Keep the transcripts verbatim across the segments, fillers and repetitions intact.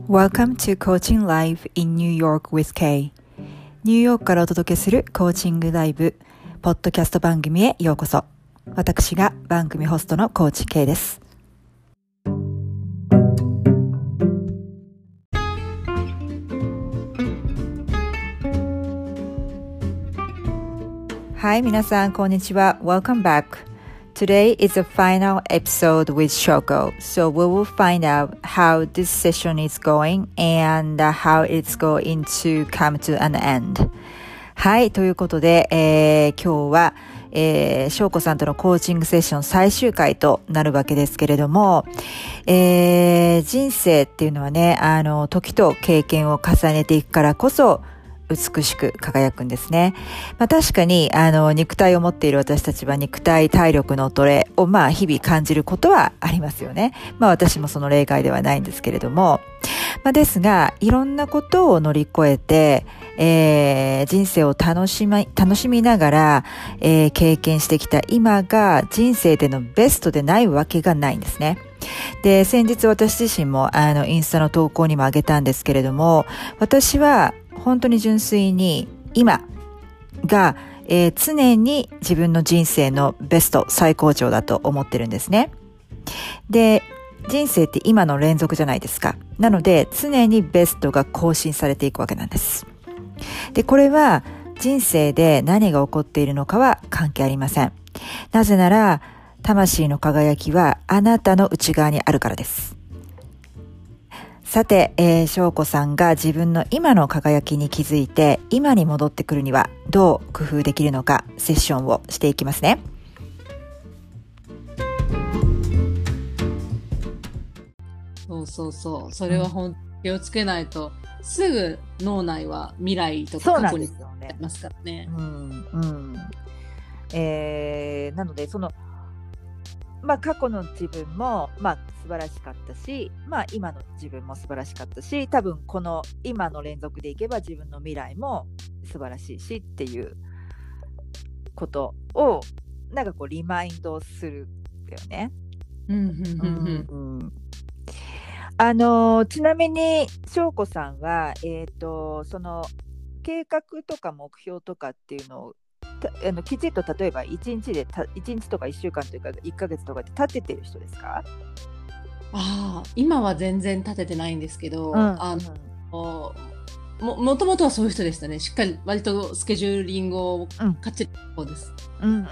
Welcome to Coaching Live in New York with Kay。 ニューヨークからお届けするコーチングライブポッドキャスト番組へようこそ。私が番組ホストのコーチ Kay です。はい、皆さんこんにちは。Welcome back.Today is the final episode with Shoko, so we will find out how this session is going and how it's going to come to an end. はい、ということで、えー、今日は、えー、Shokoさんとのコーチングセッション最終回となるわけですけれども、えー、人生っていうのはね、あの、時と経験を重ねていくからこそ、美しく輝くんですね。まあ確かに、あの、肉体を持っている私たちは肉体体力の衰えをまあ日々感じることはありますよね。まあ私もその例外ではないんですけれども。まあですが、いろんなことを乗り越えて、えー、人生を楽しみ、楽しみながら、えー、経験してきた今が人生でのベストでないわけがないんですね。で、先日私自身もあの、インスタの投稿にもあげたんですけれども、私は本当に純粋に今が、えー、常に自分の人生のベスト最高潮だと思ってるんですね。で、人生って今の連続じゃないですか。なので常にベストが更新されていくわけなんです。で、これは人生で何が起こっているのかは関係ありません。なぜなら魂の輝きはあなたの内側にあるからです。さて、えー、翔子さんが自分の今の輝きに気づいて今に戻ってくるにはどう工夫できるのかセッションをしていきますね。 そうそうそう、それは本当に気をつけないと、うん、すぐ脳内は未来とか過去になりますからね。 うんうん、えー、なのでそのまあ過去の自分もまあ素晴らしかったし、まあ今の自分も素晴らしかったし、多分この今の連続でいけば自分の未来も素晴らしいしっていうことをなんかこうリマインドするんだよね。 うんうんうんうん、あのちなみに翔子さんはえっとその計画とか目標とかっていうのをあのきちっと例えばいちにちでたいちにちとかいっしゅうかんというかいっかげつとかで立ててる人ですか？ ああ、今は全然立ててないんですけど、うん、あの、うん、も, もともとはそういう人でしたね。しっかり割とスケジューリングをかっちりそうです。 うんうんうん。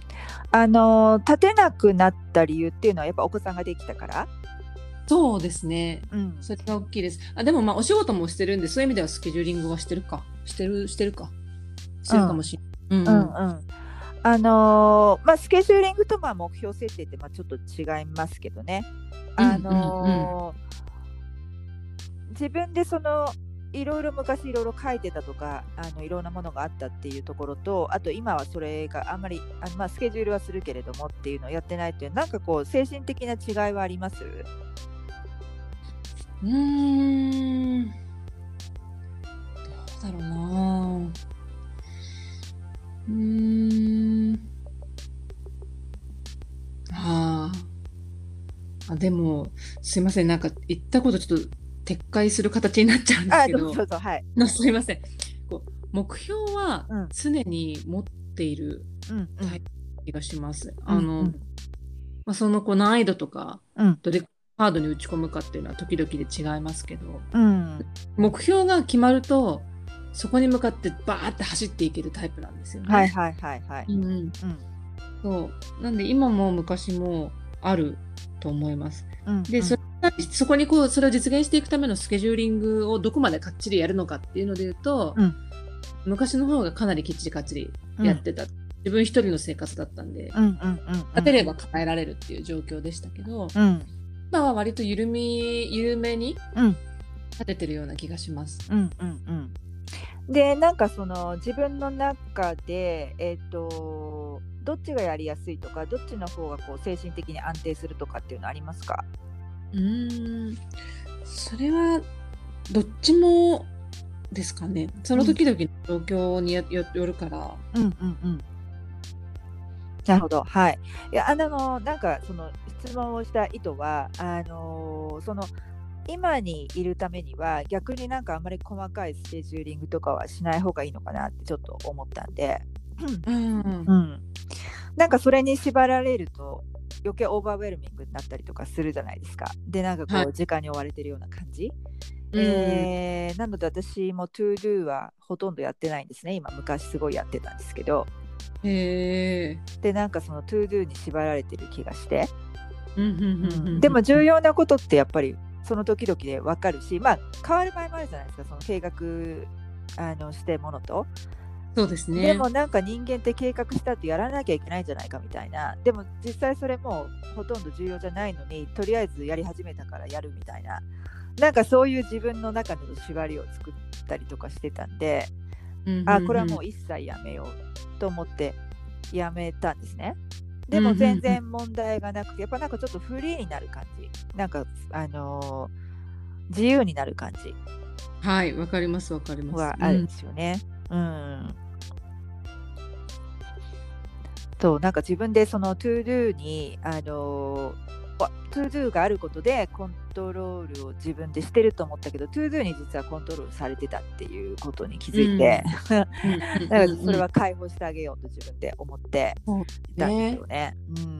あの立てなくなった理由っていうのはやっぱお子さんができたから？ そうですね、 うん、 それが大きいです。あ、でもまあお仕事もしてるんで、そういう意味ではスケジューリングはしてるかしてるしてるかしてるかもしれない。うんうんうんうん、 あのーまあ、スケジューリングとまあ目標設定ってまあちょっと違いますけどね、あのーうんうんうん、自分でそのいろいろ昔いろいろ書いてたとかあのいろんなものがあったっていうところと、あと今はそれがあんまりあの、まあ、スケジュールはするけれどもっていうのをやってないっていう、なんかこう精神的な違いはあります？ うーん、どうだろうな。うーん、はあ、あ、でもすいません、なんか言ったことちょっと撤回する形になっちゃうんですけど、 あ、どうぞどうぞ、はい、 のすいません。こう目標は常に持っているタイプな気がします。うんうん、あの、うん、まあ、そのこう難易度とか、うん、どれハードに打ち込むかっていうのは時々で違いますけど、うん、目標が決まるとそこに向かってバーって走っていけるタイプなんですよね。 はいはいはいはい。うんうん、 そうなんで今も昔もあると思います。うんうん、で そ, そこにこうそれを実現していくためのスケジューリングをどこまでかっちりやるのかっていうので言うと、うん、昔の方がかなりきっちりかっちりやってた、うん、自分一人の生活だったんで、うんうんうんうん、立てれば叶えられるっていう状況でしたけど、うん、今は割と緩み緩めに立ててるような気がします。 うんうんうん、でなんかその自分の中で、えーと、どっちがやりやすいとかどっちの方がこう精神的に安定するとかっていうのありますか？ うーん、それはどっちもですかね。その時々の状況に よ,、うん、よるから。 うんうんうん。なるほど、はい。いや、あのなんかその質問をした意図はあのその今にいるためには逆になんかあんまり細かいスケジューリングとかはしない方がいいのかなってちょっと思ったんで、 うん、 うん、なんかそれに縛られると余計オーバーウェルミングになったりとかするじゃないですか。でなんかこう、はい、時間に追われてるような感じ、うんえー、なので私も トゥードゥ はほとんどやってないんですね。今昔すごいやってたんですけど、 へでなんかその トゥードゥ に縛られてる気がして、うん、でも重要なことってやっぱりその時々で分かるし、まあ変わる場合もあるじゃないですか、その計画あのしてものと。 そうですね。 でもなんか人間って計画したってやらなきゃいけないんじゃないかみたいな。でも実際それもほとんど重要じゃないのにとりあえずやり始めたからやるみたいな、なんかそういう自分の中の縛りを作ったりとかしてたんで、うんうんうん、あこれはもう一切やめようと思ってやめたんですね。でも全然問題がなくて、やっぱなんかちょっとフリーになる感じ、なんかあのー、自由になる感じ。 はい、わかりますわかります。 はあるんですよね。うん。うんそうなんか自分でその トゥードゥ にあのートゥードゥ があることでコントロールを自分でしてると思ったけど トゥードゥ に実はコントロールされてたっていうことに気づいて、うん、だからそれは解放してあげようと自分で思ってたんですよね。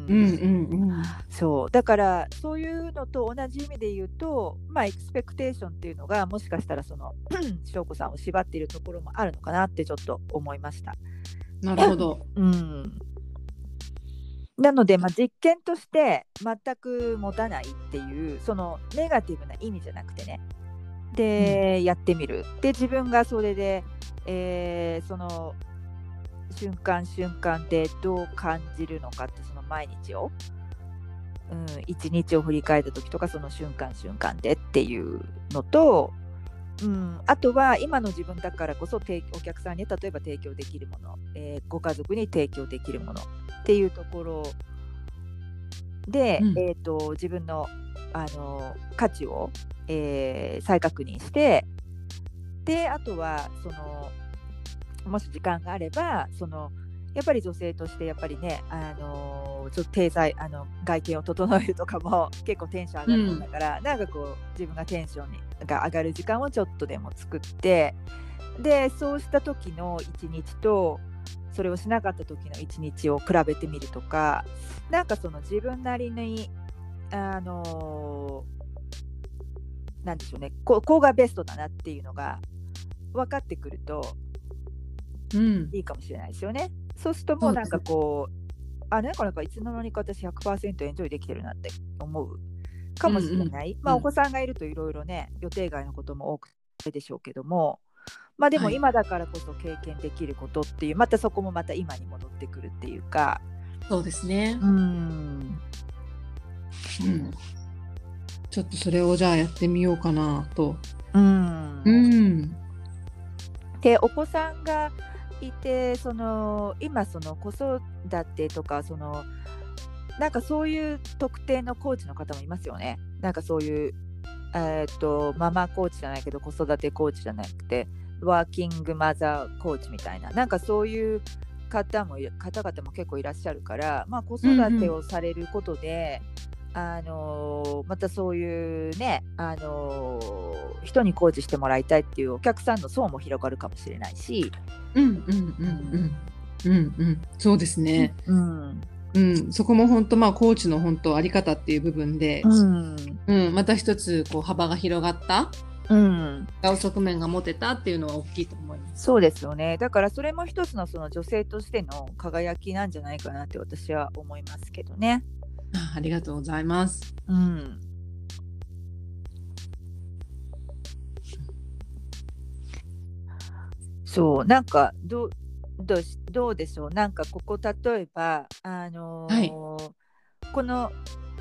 そうだからそういうのと同じ意味で言うと、まあエクスペクテーションっていうのがもしかしたらその翔子さんを縛っているところもあるのかなってちょっと思いました。 なるほど。 うんなので、まあ、実験として全く持たないっていうそのネガティブな意味じゃなくてねで、うん、やってみるで自分がそれで、えー、その瞬間瞬間でどう感じるのかってその毎日を、うん、一日を振り返った時とかその瞬間瞬間でっていうのと、うん、あとは今の自分だからこそお客さんに例えば提供できるもの、えー、ご家族に提供できるものっていうところで、うんえー、と自分の、あの価値を、えー、再確認してであとはそのもし時間があればそのやっぱり女性としてやっぱりね、あのちょっと体裁あの外見を整えるとかも結構テンション上がるんだから、うん、なんかこう自分がテンションが上がる時間をちょっとでも作ってでそうした時の一日とそれをしなかった時の一日を比べてみるとかなんかその自分なりにあのー、なんでしょうね こ, こうがベストだなっていうのが分かってくると、うん、いいかもしれないですよね。そうするともうなんかこうあねこれいつの間にか私 ひゃくパーセント エンジョイできてるなって思うかもしれない、うんうんまあ、お子さんがいるといろいろね予定外のことも多くてでしょうけどもまあでも今だからこそ経験できることっていう、はい、またそこもまた今に戻ってくるっていうかそうですねうん、うん、 ちょっとそれをじゃあやってみようかなとうん、うん、でお子さんがいてその今その子育てとかそのなんかそういう特定のコーチの方もいますよね。なんかそういう、えー、とママコーチじゃないけど子育てコーチじゃなくてワーキングマザーコーチみたいななんかそういう方も方々も結構いらっしゃるから、まあ、子育てをされることで、うんうん、あのまたそういうね、あの人にコーチしてもらいたいっていうお客さんの層も広がるかもしれないし、 うんうんうんうんうんうんそうですね。 うんうん、そこも本当まあコーチの本当あり方っていう部分で、うんうん、また一つこう幅が広がった。うん、側面が持てたっていうのは大きいと思います。 そうですよね。だからそれも一つのその女性としての輝きなんじゃないかなって私は思いますけどね。 あ、ありがとうございます。 うん。そうなんかどうどうどうでしょう。なんかここ例えばあのーはい、この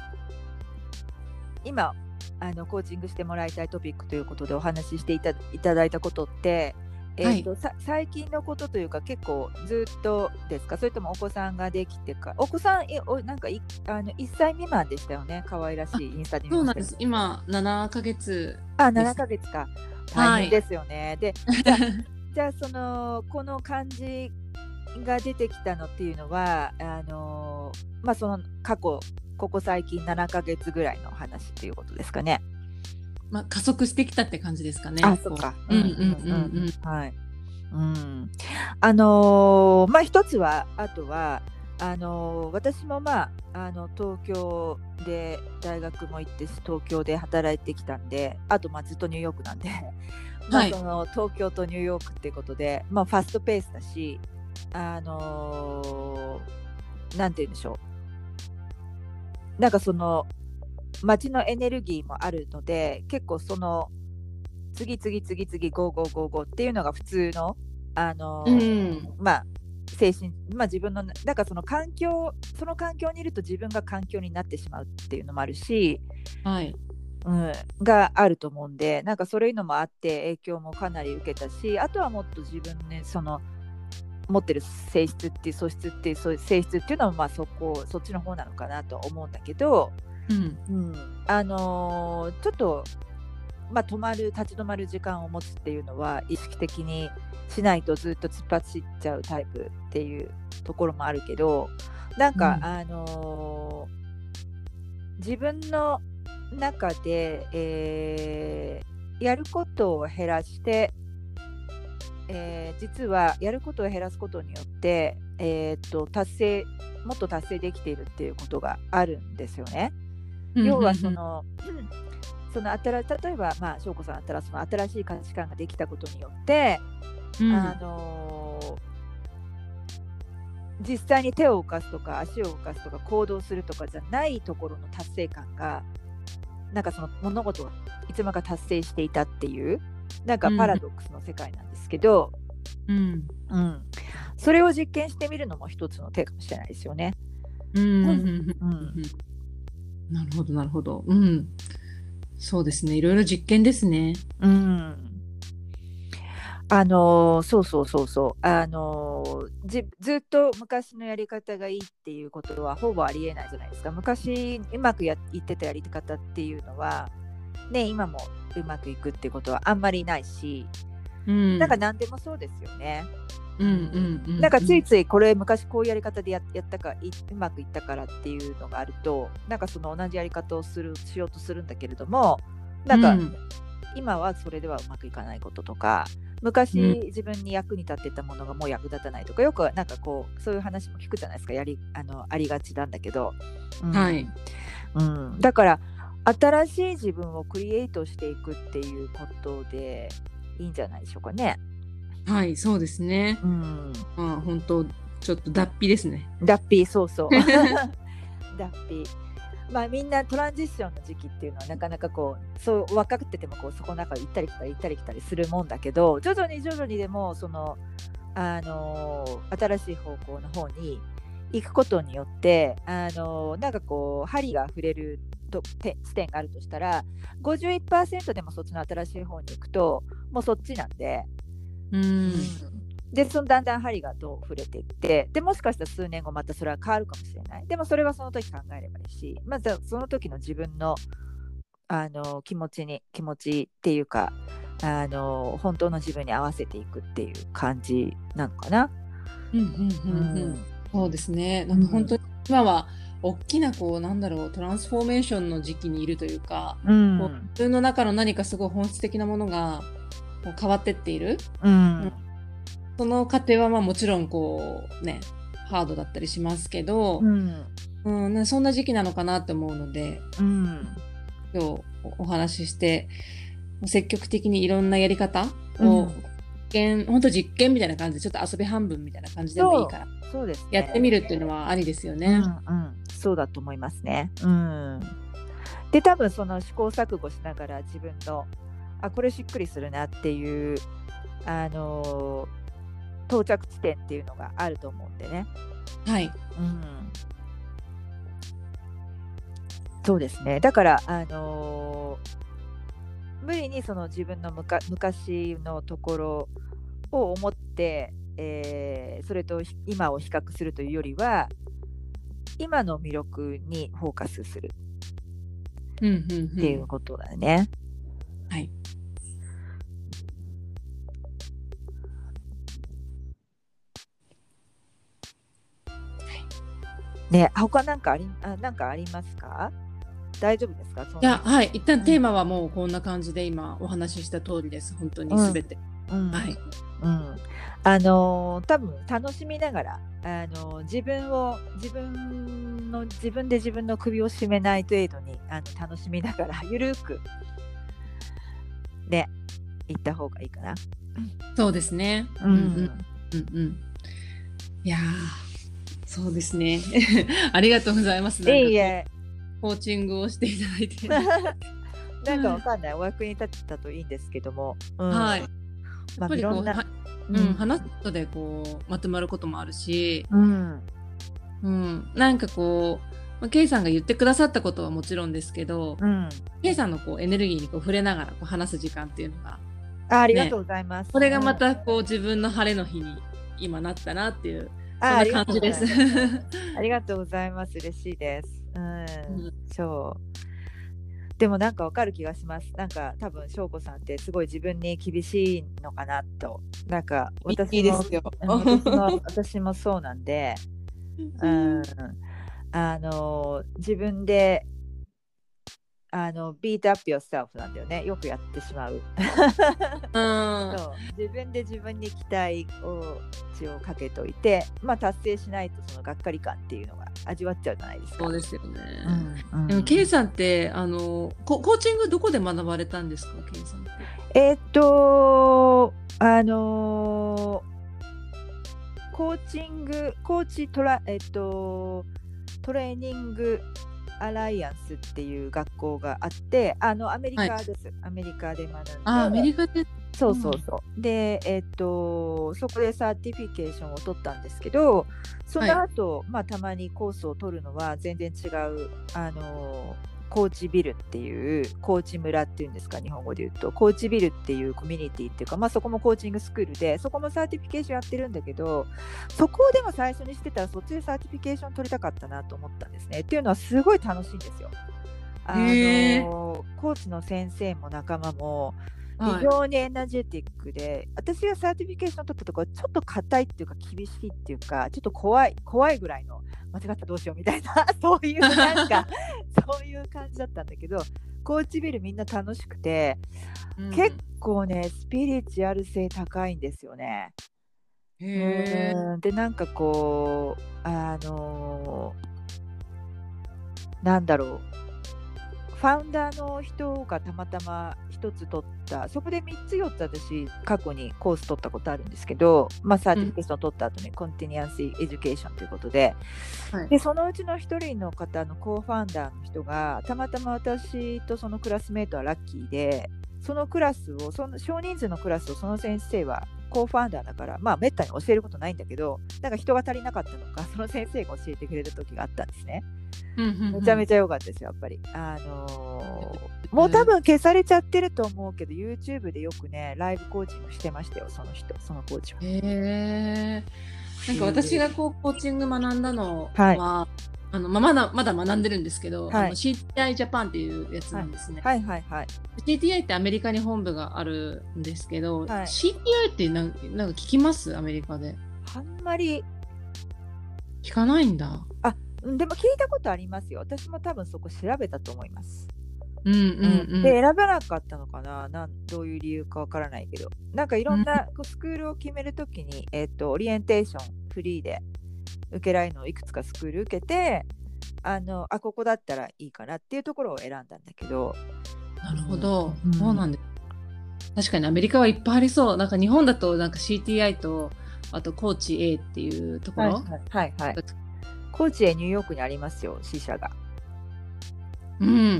今あのコーチングしてもらいたいトピックということでお話ししていた、いただいたことって、えーとはい、さ最近のことというか結構ずっとですかそれともお子さんができてかお子さんえおなんかいあのいっさい未満でしたよね。可愛らしいインスタに見ました。 そうなんです。今ななかげつあななかげつか大変ですよね、はい、でじゃじゃあそのこの感じが出てきたのっていうのはあのまあその過去ここ最近ななかげつぐらいの話っていうことですかね。 まあ、加速してきたって感じですかね。 あ、そっか。 うんうんうんうん。 はい。うん。あのー、まあ一つは、あとは、あのー、私もまあ、あの、東京で大学も行って、東京で働いてきたんで、あとまあずっとニューヨークなんで、まあその東京とニューヨークっていうことで、まあファストペースだし、あのー、なんて言うんでしょう。なんかその、街のエネルギーもあるので、結構その、次々次々ゴーゴーゴーゴーっていうのが普通の、あのーうん、まあ精神、まあ自分の、だからその環境、その環境にいると自分が環境になってしまうっていうのもあるし、 はい、 うん、があると思うんで、なんかそういうのもあって影響もかなり受けたし、あとはもっと自分ね、その持ってる性質っていう素質っていうそういう性質っていうのはまあそこそっちの方なのかなと思うんだけど、 うんうん、あのー、ちょっとまあ、止まる立ち止まる時間を持つっていうのは意識的にしないとずっと突っ走っちゃうタイプっていうところもあるけど、なんか、うん、あのー、自分の中で、えー、やることを減らして、えー、実はやることを減らすことによって、えー、と達成もっと達成できているっていうことがあるんですよね。要はその、うんその新例えば、まあ、翔子さんだったらその新しい価値観ができたことによって、うん、あのー、実際に手を動かすとか足を動かすとか行動するとかじゃないところの達成感がなんかその物事をいつもか達成していたっていうなんかパラドックスの世界なんですけど、 うんうん、それを実験してみるのも一つの手かもしれないですよね。 うんうんうんうん、なるほどなるほど、うん、そうですね、いろいろ実験ですね。 うん。あのー、そうそうそうそう。あのー、じずっと昔のやり方がいいっていうことはほぼありえないじゃないですか。昔うまくやってたやり方っていうのは、ね、今もうまくいくってことはあんまりないし、うん、なんか何でもそうですよね。 うんうんうん、 なんかついついこれ昔こういうやり方で や, やったかいうまくいったからっていうのがあるとなんかその同じやり方をするしようとするんだけれどもなんか、うん、今はそれではうまくいかないこととか昔、うん、自分に役に立ってたものがもう役立たないとかよくなんかこうそういう話も聞くじゃないですか。やり あのありがちなんだけど、 うん、はい、 うん、だから新しい自分をクリエイトしていくっていうことでいいんじゃないでしょうかね。 はい、そうですね。うん、まあ本当ちょっと脱皮ですね。 脱皮、そうそう。脱皮。まあみんなトランジッションの時期っていうのはなかなかこうそう分かっててもこうそこの中行ったり来たり行ったり来たりするもんだけど、徐々に徐々にでもそのあのー、新しい方向の方に行くことによってあのー、なんかこう針が触れると地点があるとしたら ごじゅういちパーセント でもそっちの新しい方に行くともうそっちなんで。 うん、 でそのだんだん針がどう触れていってでもしかしたら数年後またそれは変わるかもしれない。でもそれはその時考えればいいしまずその時の自分の、あの気持ちに気持ちっていうかあの本当の自分に合わせていくっていう感じなのかな。 うんうんうんうん、そうですね。なんか本当に今は大きなこうなんだろうトランスフォーメーションの時期にいるというか、うん、こう自分の中の何かすごい本質的なものが変わってっている、うん、その過程はまあもちろんこうねハードだったりしますけど、うんうん、そんな時期なのかなって思うので、うん、今日お話しして積極的にいろんなやり方を、うん、実験本当実験みたいな感じでちょっと遊び半分みたいな感じでもいいからそうです、ね、 やってみるっていうのはありですよね。 うんうん、そうだと思いますね。うん、で多分その試行錯誤しながら自分のあこれしっくりするなっていう、あのー、到着地点っていうのがあると思うんでね。 はい、 うん、そうですね。だから、あのー、無理にその自分のむか昔のところを思って、えー、それと今を比較するというよりは今の魅力にフォーカスするっていうことだね。 はい。 ね、他なんかあり、あ、なんかありますか？ 大丈夫ですか？ いや、はい、一旦テーマはもうこんな感じで今お話しした通りです。本当にすべて、 うんうん、 はい、 うん、あの多分楽しみながら、あの自分を自分の自分で自分の首を絞めない程度にあの楽しみながらゆるくね行った方がいいかな。 そうですね。うんうんうんうん。いやそうですね。ありがとうございます。なんかいいえ、コーチングをしていただいて。 なんかわかんない、お役に立ったといいんですけども、うん、 はい。やっぱりこう、まあ、うん、話すことでこうまとまることもあるし、うんうん、なんかこう、まあ、ケイさんが言ってくださったことはもちろんですけど、うん、ケイさんのこうエネルギーにこう触れながらこう話す時間っていうのが、 あ、ありがとうございます。 これがまたこう自分の晴れの日に今なったなっていう、そんな感じです。 ありがとうございます。嬉しいです。うん、うん、そう。でもなんかわかる気がします。なんか多分翔子さんってすごい自分に厳しいのかなと。なんか私もいいですよ。 私も私もそうなんで、うん、あの自分であのbeat up yourself なんだよね。よくやってしまう。うん、そう自分で自分に期待を血をかけといて、まあ達成しないとそのがっかり感っていうのが味わっちゃうじゃないですか。 そうですよね。うんうん、でもケイさんってあのココーチングどこで学ばれたんですか、ケイさんって？ えー、っとあのー、コーチングコーチトラえー、っとトレーニングアライアンスっていう学校があって、あのアメリカです、はい、アメリカで学んで、 あ、アメリカで、 そうそうそう、うん、で、えー、っとそこでサーティフィケーションを取ったんですけど、その後、はい、まあたまにコースを取るのは全然違う、あのコーチビルっていうコーチ村っていうんですか、日本語で言うとコーチビルっていうコミュニティっていうか、まあそこもコーチングスクールで、そこもサーティフィケーションやってるんだけど、そこをでも最初にしてたらそっちでサーティフィケーション取りたかったなと思ったんですね。っていうのはすごい楽しいんですよ。あのコーチの先生も仲間も非常にエナジェティックで、はい、私がサーティフィケーション取ったところちょっと硬いっていうか厳しいっていうか、ちょっと怖い怖いぐらいの、間違ったらどうしようみたいなそういうなんかそういう感じだったんだけど、コーチビルみんな楽しくて、うん、結構ねスピリチュアル性高いんですよね。へー。でなんかこうあのー、なんだろう、ファウンダーの人がたまたまひとつ取った、そこでみっつよっつ私過去にコース取ったことあるんですけど、まあ、サーティフィケーション取った後にコンティニュアスエデュケーションということで、はい、でそのうちのひとりの方のコーファウンダーの人がたまたま私とそのクラスメートはラッキーで、そのクラスをその少人数のクラスをその先生はコーファウンダーだから、まあめったに教えることないんだけど、なんか人が足りなかったのか、その先生が教えてくれる時があったんですね。うんうんうん、めちゃめちゃ良かったですよ、やっぱり。あのー、もう多分消されちゃってると思うけど、YouTube でよくねライブコーチングしてましたよ、その人、そのコーチは。 へー。なんか私がこうコーチング学んだのは、はい、あのまあ、まだまだ学んでるんですけど、はい、あの シーティーアイ ジャパンっていうやつなんですね。 はいはいはいはい。 シーティーアイ ってアメリカに本部があるんですけど、はい、シーティーアイ ってなんなんか聞きます？アメリカで。 あんまり聞かないんだ。 あ、でも聞いたことありますよ。私も多分そこ調べたと思います。 うんうんうん、 で選ばなかったのかな、なんどういう理由かわからないけど、なんかいろんな、うん、スクールを決めるときに、えーと、オリエンテーションフリーで受けられるのをいくつかスクール受けて、あのあここだったらいいかなっていうところを選んだんだけど。 なるほど、うん、そうなんです。確かにアメリカはいっぱいありそう。なんか日本だとなんか シーティーアイ とあとコーチ A っていうところ、 はいはいはい、コーチ A ニューヨークにありますよ、支社が。 うんうん、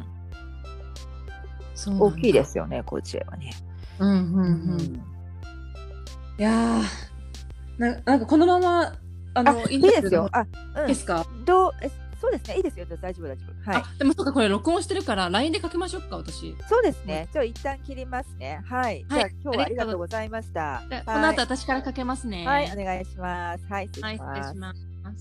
そう大きいですよね、コーチ A はね。 うんうんうん、うん、いやー な, なんかこのままあのいいですよ。あ、 うん、ですか？ どうえそうですね、いいですよ、大丈夫大丈夫。はい。 あ、でもそうか、これ録音してるから ライン でかけましょうか、私。 そうですね。じゃあ一旦切りますね。はい。はい、じゃあ今日はありがとうございました。 はい、この後私からかけますね。 はい、お願いします。はい、失礼します。 はい、失礼します。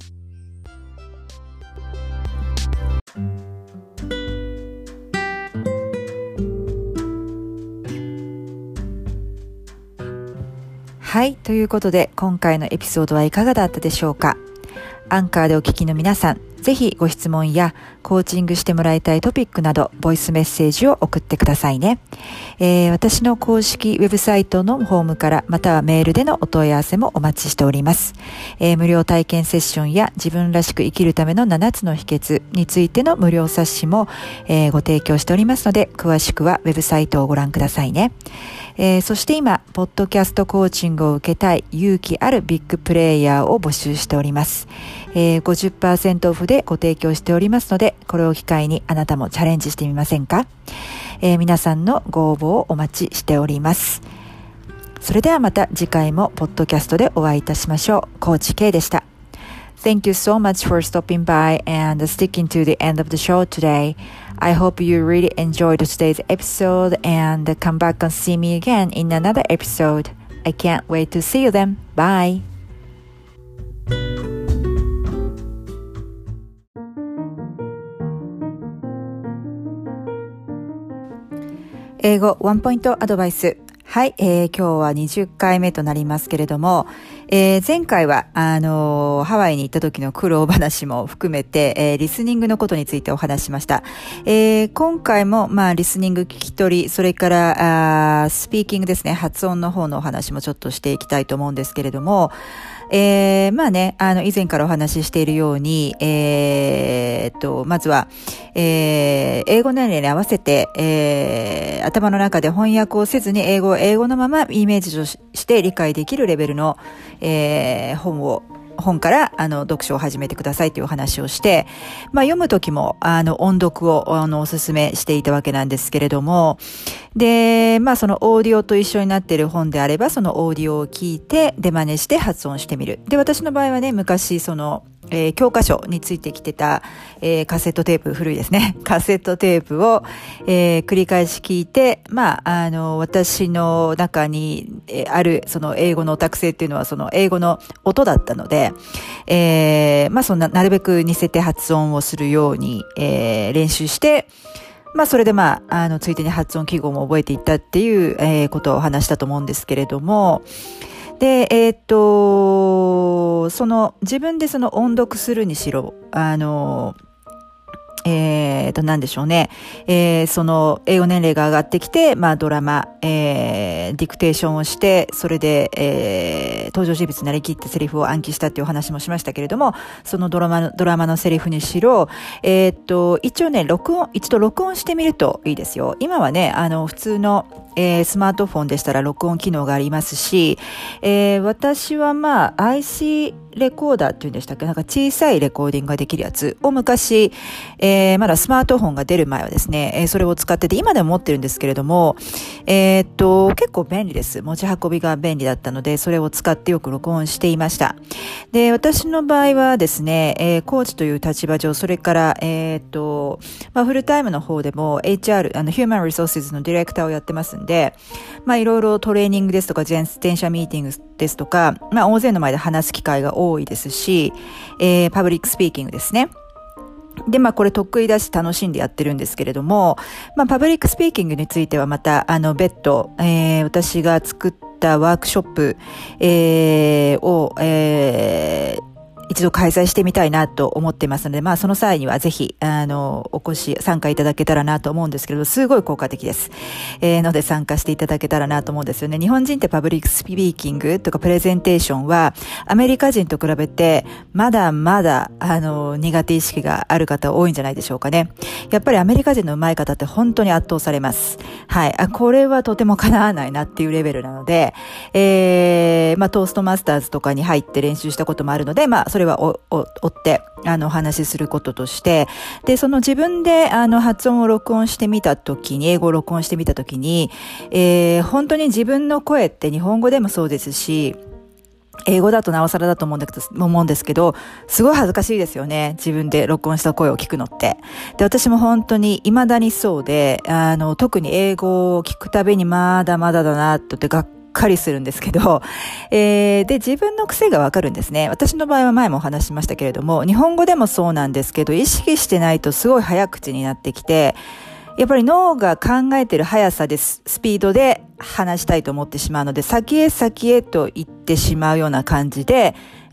はい、ということで今回のエピソードはいかがだったでしょうか。アンカーでお聞きの皆さん、 ぜひご質問やコーチングしてもらいたいトピックなど、ボイスメッセージを送ってくださいね。えー、私の公式ウェブサイトのホームから、またはメールでのお問い合わせもお待ちしております。えー、無料体験セッションや自分らしく生きるためのななつの秘訣についての無料冊子も、えー、ご提供しておりますので、詳しくはウェブサイトをご覧くださいね。えー、そして今、ポッドキャストコーチングを受けたい勇気あるビッグプレイヤーを募集しております。えー、ごじゅっパーセント オフでご提供しておりますので、これを機会にあなたもチャレンジしてみませんか？えー、皆さんのご応募をお待ちしております。それではまた次回もポッドキャストでお会いいたしましょう。コーチ K でした。Thank you so much for stopping by and sticking to the end of the show today. I hope you really enjoyed today's episode and come back and see me again in another episode. I can't wait to see you then. Bye! 英語ワンポイントアドバイス。はい、えー、今日はにじゅっかいめとなりますけれども、えー、前回はあのー、ハワイに行った時の苦労話も含めて、えー、リスニングのことについてお話ししました。えー、今回もまあリスニング聞き取り、それからあスピーキングですね、発音の方のお話もちょっとしていきたいと思うんですけれども、えー、まあね、あの、以前からお話ししているように、えー、っと、まずは、えー、英語年齢に合わせて、えー、頭の中で翻訳をせずに英語を英語のままイメージとして理解できるレベルの、えー、本を、本からあの読書を始めてくださいというお話をして、まあ読むときもあの音読をあのお勧めしていたわけなんですけれども、で、まあそのオーディオと一緒になっている本であればそのオーディオを聞いてで真似して発音してみる。で、私の場合はね、昔そのえー、教科書についてきてた、えー、カセットテープ、古いですね。カセットテープを、えー、繰り返し聞いて、まあ、あの、私の中に、えー、ある、その英語のオタク性っていうのは、その英語の音だったので、えー、まあ、そんな、なるべく似せて発音をするように、えー、練習して、まあ、それでまあ、あの、ついでに発音記号も覚えていったっていう、えー、ことを話したと思うんですけれども、で、えー、っと、その、自分でその音読するにしろ、あの、えー、と、なんでしょうね。えー、その、英語年齢が上がってきて、まあ、ドラマ、えー、ディクテーションをして、それで、えー、登場人物になりきってセリフを暗記したっていうお話もしましたけれども、そのドラマの、ドラマのセリフにしろ、えー、と、一応ね、録音、一度録音してみるといいですよ。今はね、あの、普通の、えー、スマートフォンでしたら録音機能がありますし、えー、私はまあ アイシー レコーダーっていうんでしたっけ、なんか小さいレコーディングができるやつを昔、えー、まだスマートフォンが出る前はですね、えー、それを使ってて今でも持ってるんですけれども、えー、っと結構便利です。持ち運びが便利だったのでそれを使ってよく録音していました。で、私の場合はですね、えー、コーチという立場上、それからえー、っとまあフルタイムの方でも エイチアール あのヒューマンリソースのディレクターをやってますんで。で、まあいろいろトレーニングですとか、電車ミーティングですとか、まあ大勢の前で話す機会が多いですし、えー、パブリックスピーキングですね。で、まあこれ得意だし楽しんでやってるんですけれども、まあパブリックスピーキングについてはまた、あの別途、えー、私が作ったワークショップ、えー、を、えー一度開催してみたいなと思ってますので、まあその際にはぜひ、あの、お越し、参加いただけたらなと思うんですけれど、すごい効果的です。えー、ので参加していただけたらなと思うんですよね。日本人ってパブリックスピーキングとかプレゼンテーションは、アメリカ人と比べて、まだまだ、あの、苦手意識がある方多いんじゃないでしょうかね。やっぱりアメリカ人の上手い方って本当に圧倒されます。はい。あ、これはとても叶わないなっていうレベルなので、えー、まあトーストマスターズとかに入って練習したこともあるので、まあそれはお、お、追って、あの、お話しすることとして、で、その自分で、あの、発音を録音してみたときに、英語を録音してみたときに、えー、本当に自分の声って日本語でもそうですし、英語だとなおさらだと思うんだけど、思うんですけど、すごい恥ずかしいですよね。自分で録音した声を聞くのって。で、私も本当に未だにそうで、あの、特に英語を聞くたびにまだまだだな、とってがっかりするんですけど、えー、で、自分の癖がわかるんですね。私の場合は前もお話しましたけれども、日本語でもそうなんですけど、意識してないとすごい早口になってきて、やっぱり脳が考えてる速さでスピードで話したいと思ってしまうので、先へ先へと言ってしまうような感じで、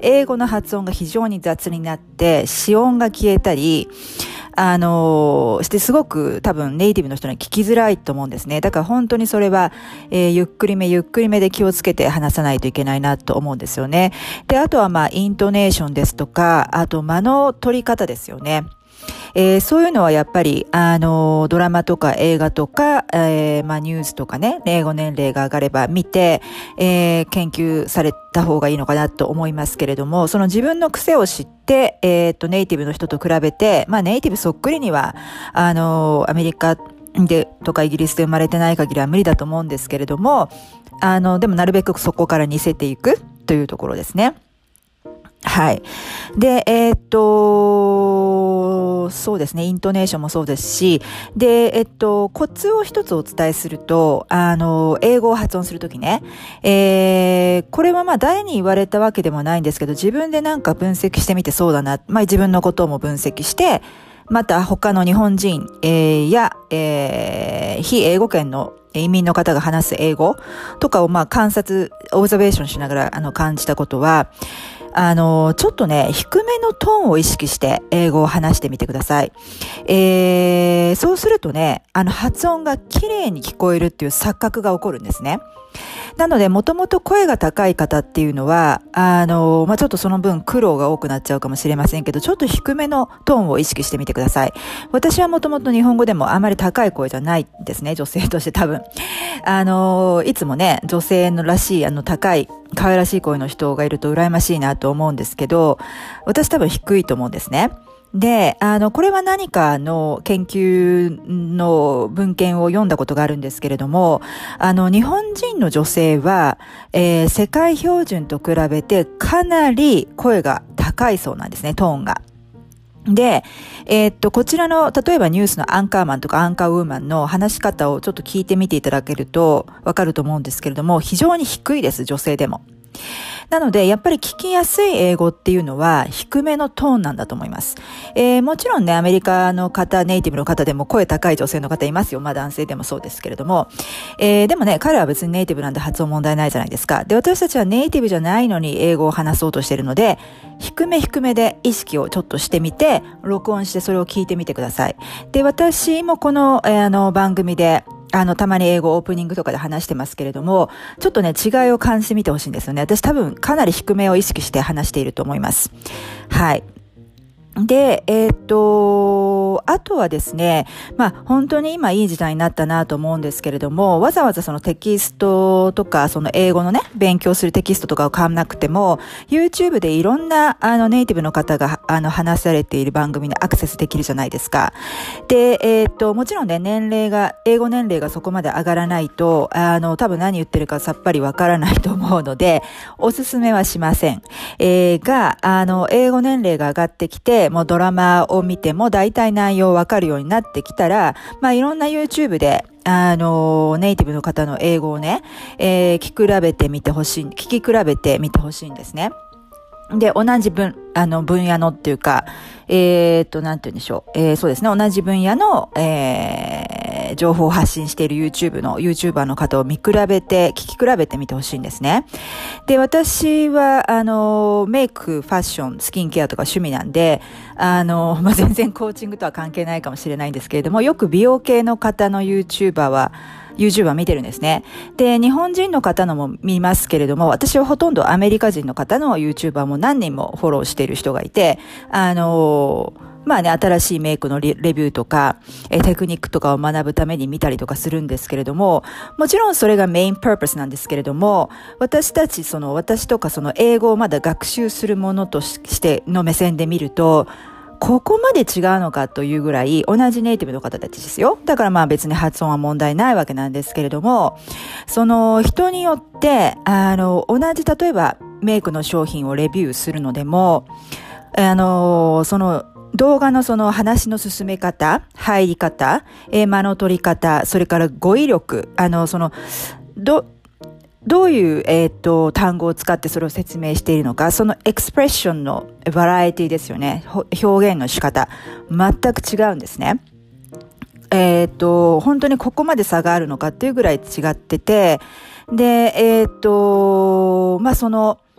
英語の発音が非常に雑になって、子音が消えたり、あのー、してすごく多分ネイティブの人に聞きづらいと思うんですね。だから本当にそれは、えー、ゆっくりめゆっくりめで気をつけて話さないといけないなと思うんですよね。で、あとはまあイントネーションですとか、あと間の取り方ですよね。えー、そういうのはやっぱり、あのー、ドラマとか映画とか、えー、まあニュースとかね、英語年齢が上がれば見て、えー、研究された方がいいのかなと思いますけれども、その自分の癖を知って、えっと、ネイティブの人と比べて、まあネイティブそっくりには、あのー、アメリカで、とかイギリスで生まれてない限りは無理だと思うんですけれども、あの、でもなるべくそこから似せていくというところですね。はい。で、えー、っと、そうですね、イントネーションもそうですし、で、えっと、コツを一つお伝えすると、あの、英語を発音するときね、えー、これはまあ誰に言われたわけでもないんですけど、自分でなんか分析してみてそうだな、まあ自分のことも分析して、また他の日本人、えー、や、えー、非英語圏の移民の方が話す英語とかをまあ観察、オブザベーションしながらあの感じたことは、あの、ちょっとね、低めのトーンを意識して英語を話してみてください。えー、そうするとね、あの発音が綺麗に聞こえるっていう錯覚が起こるんですね。なので、もともと声が高い方っていうのは、あの、まあ、ちょっとその分苦労が多くなっちゃうかもしれませんけど、ちょっと低めのトーンを意識してみてください。私はもともと日本語でもあまり高い声じゃないですね、女性として多分。あの、いつもね、女性のらしい、あの、高い、可愛らしい声の人がいると羨ましいなと思うんですけど、私多分低いと思うんですね。で、あの、これは何かの研究の文献を読んだことがあるんですけれども、あの、日本人の女性は、えー、世界標準と比べてかなり声が高いそうなんですね、トーンが。で、えー、っと、こちらの、例えばニュースのアンカーマンとかアンカーウーマンの話し方をちょっと聞いてみていただけるとわかると思うんですけれども、非常に低いです、女性でも。なので、やっぱり聞きやすい英語っていうのは低めのトーンなんだと思います。えー、もちろんね、アメリカの方、ネイティブの方でも声高い女性の方いますよ。まあ男性でもそうですけれども。えー、でもね、彼は別にネイティブなんで発音問題ないじゃないですか。で、私たちはネイティブじゃないのに英語を話そうとしているので、低め低めで意識をちょっとしてみて、録音してそれを聞いてみてください。で、私もこの、えー、あの番組で、あの、たまに英語オープニングとかで話してますけれども、ちょっとね、違いを感じてみてほしいんですよね。私多分かなり低めを意識して話していると思います。はい。で、えっと、あとはですね、まあ本当に今いい時代になったなと思うんですけれども、わざわざそのテキストとか、その英語のね、勉強するテキストとかを買わなくても、YouTube でいろんなあのネイティブの方があの話されている番組にアクセスできるじゃないですか。で、えっと、もちろんね、年齢が、英語年齢がそこまで上がらないと、あの、多分何言ってるかさっぱりわからないと思うので、おすすめはしません。えー、が、あの、英語年齢が上がってきて、もうドラマを見ても大体内容わかるようになってきたら、まあいろんな YouTube で、あの、ネイティブの方の英語をね、えー、聞き比べてみてほしい、聞き比べてみてほしいんですね。で、同じ分、あの、分野のっていうか、えーっと、なんて言うんでしょう。えー、そうですね。同じ分野の、えー、情報を発信している YouTube の、YouTuber の方を見比べて、聞き比べてみてほしいんですね。で、私は、あの、メイク、ファッション、スキンケアとか趣味なんで、あの、まあ、全然コーチングとは関係ないかもしれないんですけれども、よく美容系の方の YouTuber は、YouTuber 見てるんですね。で、日本人の方のも見ますけれども、私はほとんどアメリカ人の方の YouTuber も何人もフォローしている人がいて、あのー、まあね、新しいメイクのレビューとか、えテクニックとかを学ぶために見たりとかするんですけれども、もちろんそれがメインパーパスなんですけれども、私たち、その、私とかその英語をまだ学習するものとしての目線で見ると、ここまで違うのかというぐらい同じネイティブの方たちですよ。だからまあ別に発音は問題ないわけなんですけれども、その人によって、あの、同じ例えばメイクの商品をレビューするのでも、あの、その動画のその話の進め方、入り方、えー、間の取り方、それから語彙力、あの、その、ど、どういう、えっと、単語を使ってそれを説明しているのか、そのエクスプレッションのバラエティですよね。表現の仕方。全く違うんですね。えっと、本当にここまで差があるのかっていうぐらい違ってて、で、えっと、まあ、その、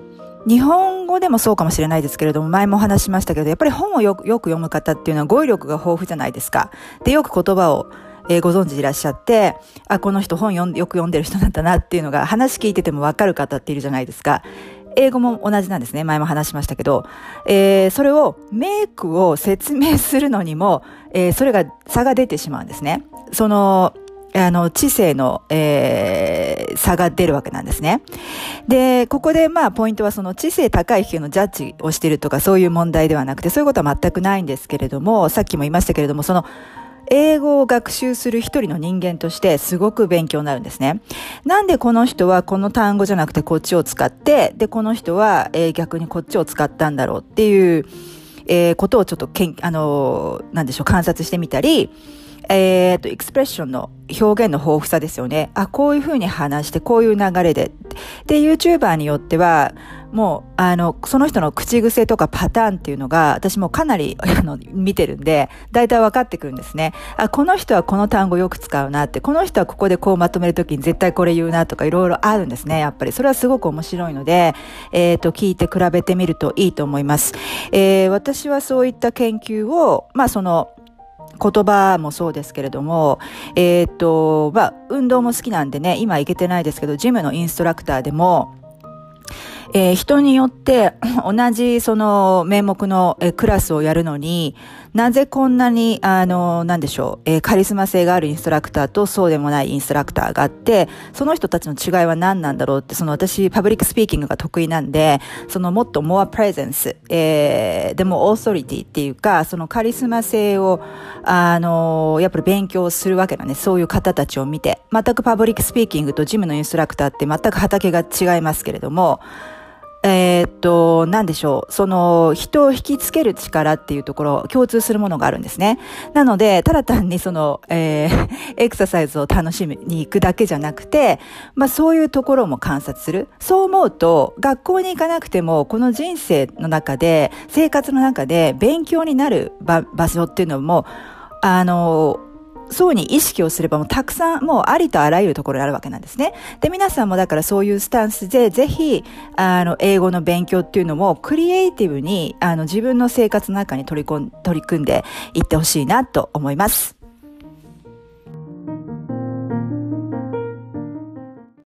日本語でもそうかもしれないですけれども、前も話しましたけど、やっぱり本をよく、よく読む方っていうのは語彙力が豊富じゃないですか。で、よく言葉を、えー、ご存知でいらっしゃって、あ、この人本読んよく読んでる人なんだなっていうのが話聞いててもわかる方っているじゃないですか。英語も同じなんですね。前も話しましたけど、えー、それをメイクを説明するのにも、えー、それが差が出てしまうんですね。その、あの、知性の、えー、差が出るわけなんですね。で、ここでまあポイントはその知性高い人のジャッジをしているとかそういう問題ではなくて、そういうことは全くないんですけれども、さっきも言いましたけれども、その、英語を学習する一人の人間としてすごく勉強になるんですね。なんでこの人はこの単語じゃなくてこっちを使って、で、この人は、えー、逆にこっちを使ったんだろうっていう、えー、ことをちょっとけん、あのー、なんでしょう、観察してみたり、えーと、エクスプレッションの表現の豊富さですよね。あ、こういう風に話して、こういう流れで。で、YouTuber によっては、もう、あの、その人の口癖とかパターンっていうのが、私もかなり、あの、見てるんで、だいたい分かってくるんですね。あ、この人はこの単語よく使うなって、この人はここでこうまとめるときに絶対これ言うなとかいろいろあるんですね、やっぱり。それはすごく面白いので、えーと、聞いて比べてみるといいと思います。えー、私はそういった研究を、まあ、その、言葉もそうですけれども、えっと、まあ、運動も好きなんでね、今行けてないですけど、ジムのインストラクターでも、えー、人によって同じその名目の、えー、クラスをやるのに、なぜこんなに、あの、なんでしょう、えー、カリスマ性があるインストラクターとそうでもないインストラクターがあって、その人たちの違いは何なんだろうって、その私、パブリックスピーキングが得意なんで、そのもっと more presence、えー、でも authority っていうか、そのカリスマ性を、あの、やっぱり勉強するわけなんです。そういう方たちを見て。全くパブリックスピーキングとジムのインストラクターって全く畑が違いますけれども、えー、っと、なんでしょう。その、人を引きつける力っていうところ、共通するものがあるんですね。なので、ただ単にその、えー、エクササイズを楽しみに行くだけじゃなくて、まあそういうところも観察する。そう思うと、学校に行かなくても、この人生の中で、生活の中で勉強になる場、場所っていうのも、あの、そうに意識をすればもうたくさんもうありとあらゆるところにあるわけなんですね。で、皆さんもだからそういうスタンスでぜひ、あの、英語の勉強っていうのもクリエイティブに、あの、自分の生活の中に取り込ん、取り組んでいってほしいなと思います。